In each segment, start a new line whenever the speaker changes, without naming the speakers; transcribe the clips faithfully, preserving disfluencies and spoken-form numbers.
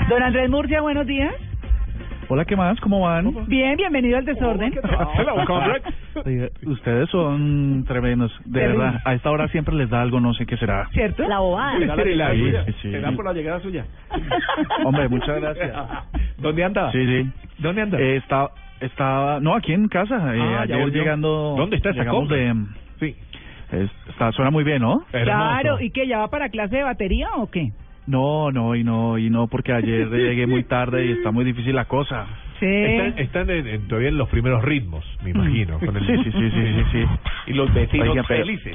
Don Andrés Murcia, buenos días.
Hola, ¿qué más? ¿Cómo van?
Bien, bienvenido al desorden.
Hello, comrade. Oye, ustedes son tremendos, de
Terrible.
verdad. A esta hora siempre les da algo, no sé qué será.
¿Cierto?
La bobada.
Sí, sí, sí, sí.
¿Será por la llegada suya?
Hombre, muchas gracias.
¿Dónde anda?
Sí, sí.
¿Dónde anda?
Eh, está, está, no, aquí en casa. Eh,
Ah, ya
ayer
volvió.
llegando.
¿Dónde está esa
llegamos
compra?
de,
Sí.
es- está, suena muy bien, ¿no?
Claro, ¿y qué? ¿Ya va para clase de batería o qué?
No, no, y no, y no, porque ayer llegué muy tarde y está muy difícil la cosa.
Sí.
Están, están en, en- todavía en los primeros ritmos, me imagino. Con el...
Sí, sí, sí, sí, sí, sí.
Y los vecinos
Oiga, pero-
felices.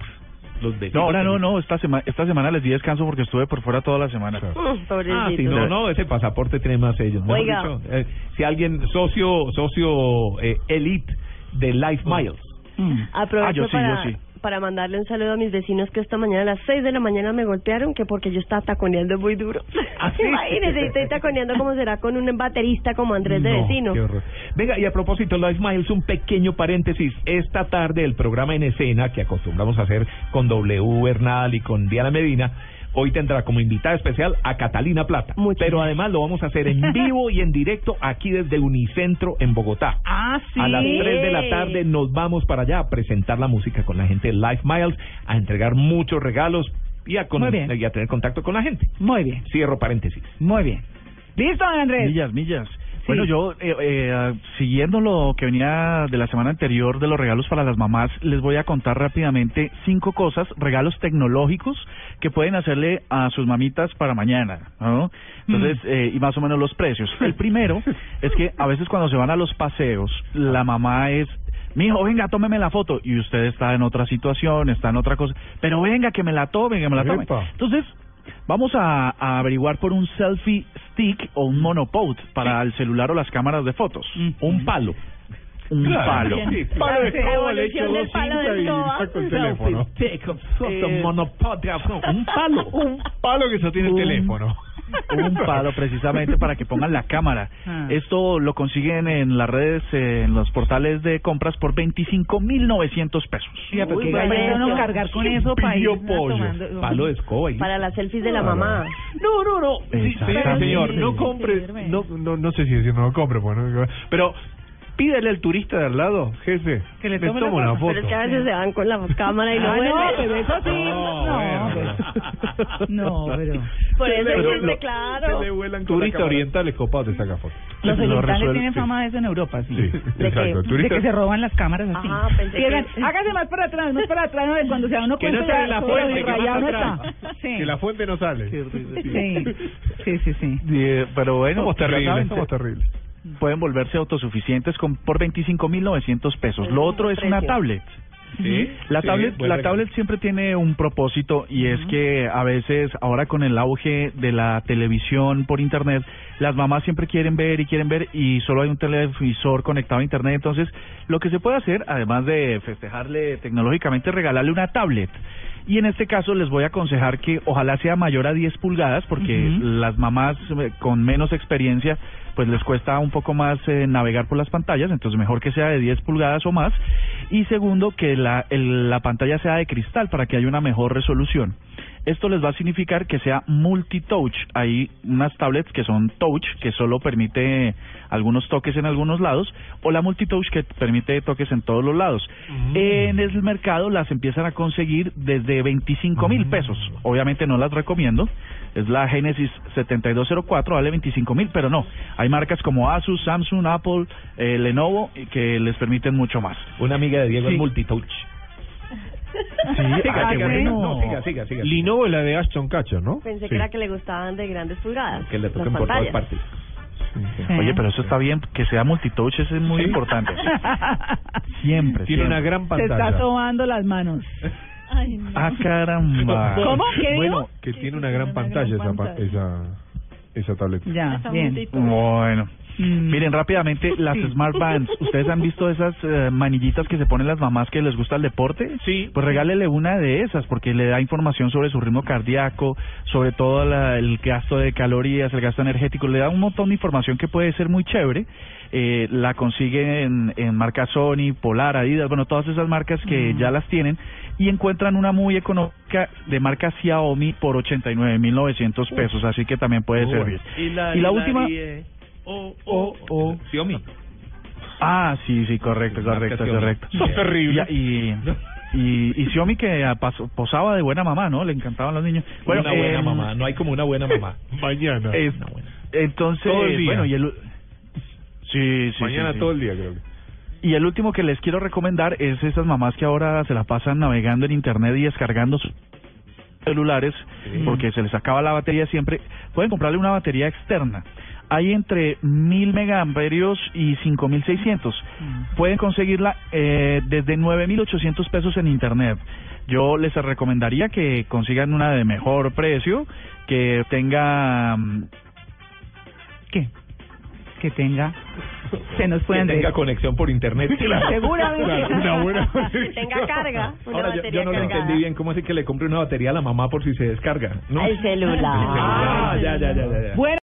Los vecinos
No, ahora no,
felices.
no, esta semana, esta semana les di descanso porque estuve por fuera toda la semana.
Mm, pobrecito.
Ah, sí, no, no, ese pasaporte tiene más sellos. Mejor
Oiga.
dicho, eh, si alguien, socio, socio eh, elite de Life Miles.
Mm.
Aprovecho
Ah, yo sí,
para,
yo sí.
para mandarle un saludo a mis vecinos que esta mañana a las seis de la mañana me golpearon, que porque yo estaba taconeando muy duro.
¿Ah, sí?
Imagínese, estoy taconeando como será con un baterista como Andrés de
No,
vecino.
qué horror. Venga, y a propósito, Life Miles, un pequeño paréntesis. Esta tarde el programa En Escena, que acostumbramos a hacer con W Bernal y con Diana Medina, hoy tendrá como invitada especial a Catalina Plata.
Muchas
Pero
gracias.
además lo vamos a hacer en vivo y en directo aquí desde Unicentro en Bogotá.
Ah, sí.
A las tres de la tarde nos vamos para allá a presentar la música con la gente de Life Miles, a entregar muchos regalos y a, con-
Muy bien.
y a tener contacto con la gente.
Muy bien,
Cierro paréntesis.
muy bien. ¿Listo, don Andrés?
Millas, millas.
Sí.
Bueno, yo, eh, eh, siguiendo lo que venía de la semana anterior de los regalos para las mamás, les voy a contar rápidamente cinco cosas, regalos tecnológicos que pueden hacerle a sus mamitas para mañana, ¿no? Entonces, eh, y más o menos los precios. El primero es que a veces cuando se van a los paseos, la mamá es... Mijo, venga, tómeme la foto. Y usted está en otra situación, está en otra cosa. Pero venga, que me la tome, que me la tome.
Epa.
Entonces, vamos a, a averiguar por un selfie stick o un monopod para el celular o las cámaras de fotos.
Un palo.
Un
Claro.
palo.
Sí,
La
palo de escoba, le echo
evolución del
dos
palo de
cintas y
escoba.
saco el teléfono.
Eh,
Un palo. Un palo que sostiene el
Un-
teléfono.
Un palo precisamente para que pongan la cámara.
Ah.
Esto lo consiguen en las redes, eh, en los portales de compras por veinticinco mil novecientos pesos.
Mira, porque
Uy,
vaya
bueno.
uno cargar con eso para ir
Pillo pollo.
tomando-
Palo de escoba. y-
Para las selfies de la mamá.
No, no, no. Sí,
Exactamente.
señor, no compre.
Sirve.
No, no, no sé si decir no lo compre, bueno, pero pídele al turista de al lado, jefe,
Que le
me
tome la
tomo una
foto.
foto.
Pero es que a veces se van con la cámara y no
Ah, no,
vuelven.
pero eso sí.
No,
No,
bueno.
pero- no, pero...
Por eso
Pero
siempre,
lo-
claro.
Se le vuelan con Turista oriental es copado, te saca foto.
Los
Lo
orientales
resuelve,
tienen
sí.
fama de eso en Europa, sí.
Sí,
¿De
exacto.
qué?
Turista
De que se roban las cámaras así.
Ajá, pensé
Y digan,
que-
hágase más para atrás, más para atrás, no, cuando se da uno
que
cuenta
no sale
ya
la
todo
fuente, que
rayado no
más atrás.
está. Sí.
Que la fuente no sale.
Sí, sí, sí, sí.
Eh, pero bueno,
Somos
ya
terribles,
saben,
somos terribles.
pueden volverse autosuficientes con por veinticinco mil novecientos pesos. Lo otro es una
Precio.
tablet.
Sí,
La
sí,
tablet,
buen
la
regalo.
tablet siempre tiene un propósito y es que a veces ahora con el auge de la televisión por internet, las mamás siempre quieren ver y quieren ver y solo hay un televisor conectado a internet. Entonces, lo que se puede hacer, además de festejarle tecnológicamente, es regalarle una tablet. Y en este caso les voy a aconsejar que ojalá sea mayor a diez pulgadas porque
Ujú.
las mamás eh, con menos experiencia pues les cuesta un poco más eh, navegar por las pantallas, entonces mejor que sea de diez pulgadas o más. Y segundo, que la, el- la pantalla sea de cristal para que haya una mejor resolución. Esto les va a significar que sea multi-touch. Hay unas tablets que son touch, que solo permite algunos toques en algunos lados, o la multi-touch que permite toques en todos los lados. En el mercado las empiezan a conseguir desde veinticinco mil pesos. Obviamente no las recomiendo. Es la Genesis setenta y dos cero cuatro, vale veinticinco mil, pero no. Hay marcas como Asus, Samsung, Apple, eh, Lenovo, y que les permiten mucho más.
Una amiga de Diego
Sí.
es multitouch.
Sí,
Siga,
ah, qué
siga,
bueno.
no, siga, siga, siga.
Lenovo es la de Ashton Kutcher, ¿no?
Pensé
Sí.
que era que le gustaban de grandes pulgadas.
Que le
las
toquen por todas
pantallas.
partes.
Sí.
Oye, pero eso está bien, que sea multitouch, eso es muy
Sí.
importante. Siempre.
Tiene una
siempre.
gran
Se
pantalla.
está sobando las manos.
Ay, no.
Ah, caramba.
¿Cómo? ¿Qué dijo?
Bueno,
Que tiene una gran pantalla esa pa- esa esa tableta.
Ya, bien.
bueno.
Mm.
Miren, rápidamente, las
Sí.
Smart Bands. ¿Ustedes han visto esas eh, manillitas que se ponen las mamás que les gusta el deporte?
Sí.
Pues regálele una de esas, porque le da información sobre su ritmo cardíaco, sobre todo la- el gasto de calorías, el gasto energético, le da un montón de información que puede ser muy chévere. eh, la consigue en, en marca Sony, Polar, Adidas, bueno, todas esas marcas que
Mm.
ya las tienen, y encuentran una muy económica de marca Xiaomi por ochenta y nueve mil novecientos pesos, así que también puede
Muy
servir.
bueno.
Y la, y la última...
O, o, o, Xiaomi.
Ah, sí, sí, correcto,
Marca
correcto,
Xiaomi.
correcto.
Eso es terrible.
Y, y, y, y Xiaomi que ah, pasó- posaba de buena mamá, ¿no? Le encantaban los niños.
una buena
eh,
mamá, no hay como una buena mamá.
Mañana.
es-
Una buena.
entonces,
Todo el día.
bueno, y el... Sí, sí,
Mañana
sí, sí.
todo el día, creo que.
Y el último que les quiero recomendar es esas mamás que ahora se la pasan navegando en internet y descargando sus celulares
Sí.
porque se les acaba la batería siempre. Pueden comprarle una batería externa. Hay entre mil megaamperios y cinco mil seiscientos. Pueden conseguirla eh, desde nueve mil ochocientos pesos en internet. Yo les recomendaría que consigan una de mejor precio, que tenga... mm, ¿Qué?
Que tenga. Se nos
Que
pueden
tenga
decir.
conexión por internet.
Seguramente.
Claro, una buena
Que tenga carga. Una
Ahora, yo,
batería
yo no lo
cargada.
entendí bien. ¿Cómo así que le compre una batería a la mamá por si se descarga? ¿No?
El celular.
Ah, ya, ya, ya, ya. ya.
Bueno.